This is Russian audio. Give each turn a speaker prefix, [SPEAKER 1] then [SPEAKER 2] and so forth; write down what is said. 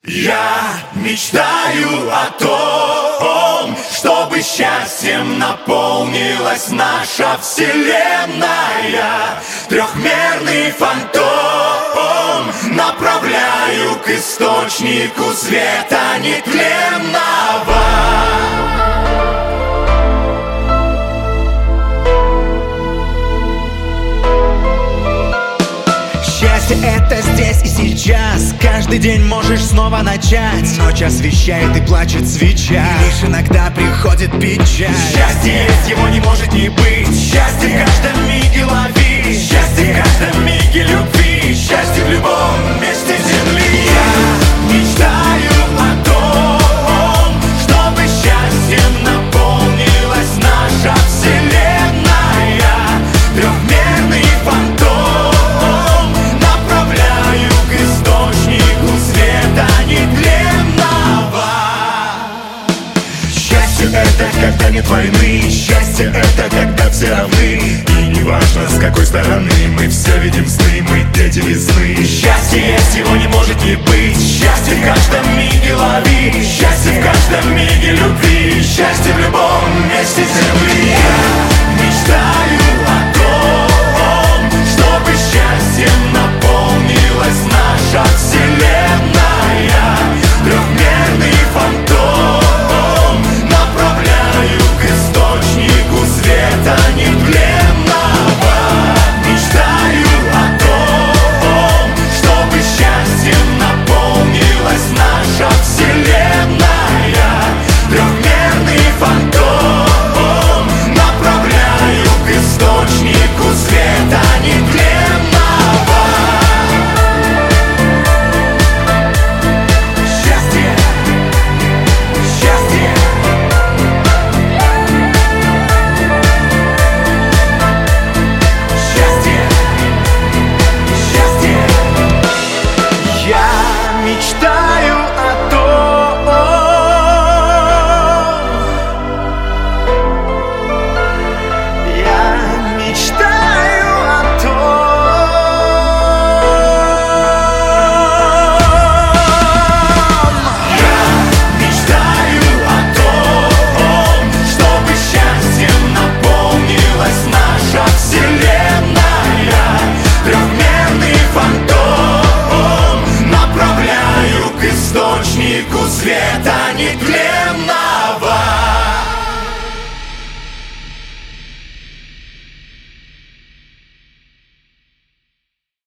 [SPEAKER 1] Я мечтаю о том, чтобы счастьем наполнилась наша вселенная. Трехмерный фантом направляю к источнику света нетленного.
[SPEAKER 2] Счастье — это здесь и сейчас. Каждый день можешь снова начать. Ночь освещает и плачет свеча. Лишь иногда приходит печаль.
[SPEAKER 1] Счастье есть, его не может не быть. Счастье в каждом миге лови. Счастье в каждом миге любви. Счастье в любом месте земли. Я мечтаю о том, чтобы счастьем наполнилась наша вселенная. Трехмерный фантом направляю к источнику света нетленного. Счастье — это когда нет войны. Счастье — это когда все равны. И не важно, с какой стороны мы все видим сны, мы дети весны. Счастье есть, его не может не быть. Счастье в каждом миге лови. Счастье в каждом миге любви. Счастье в любом месте земли.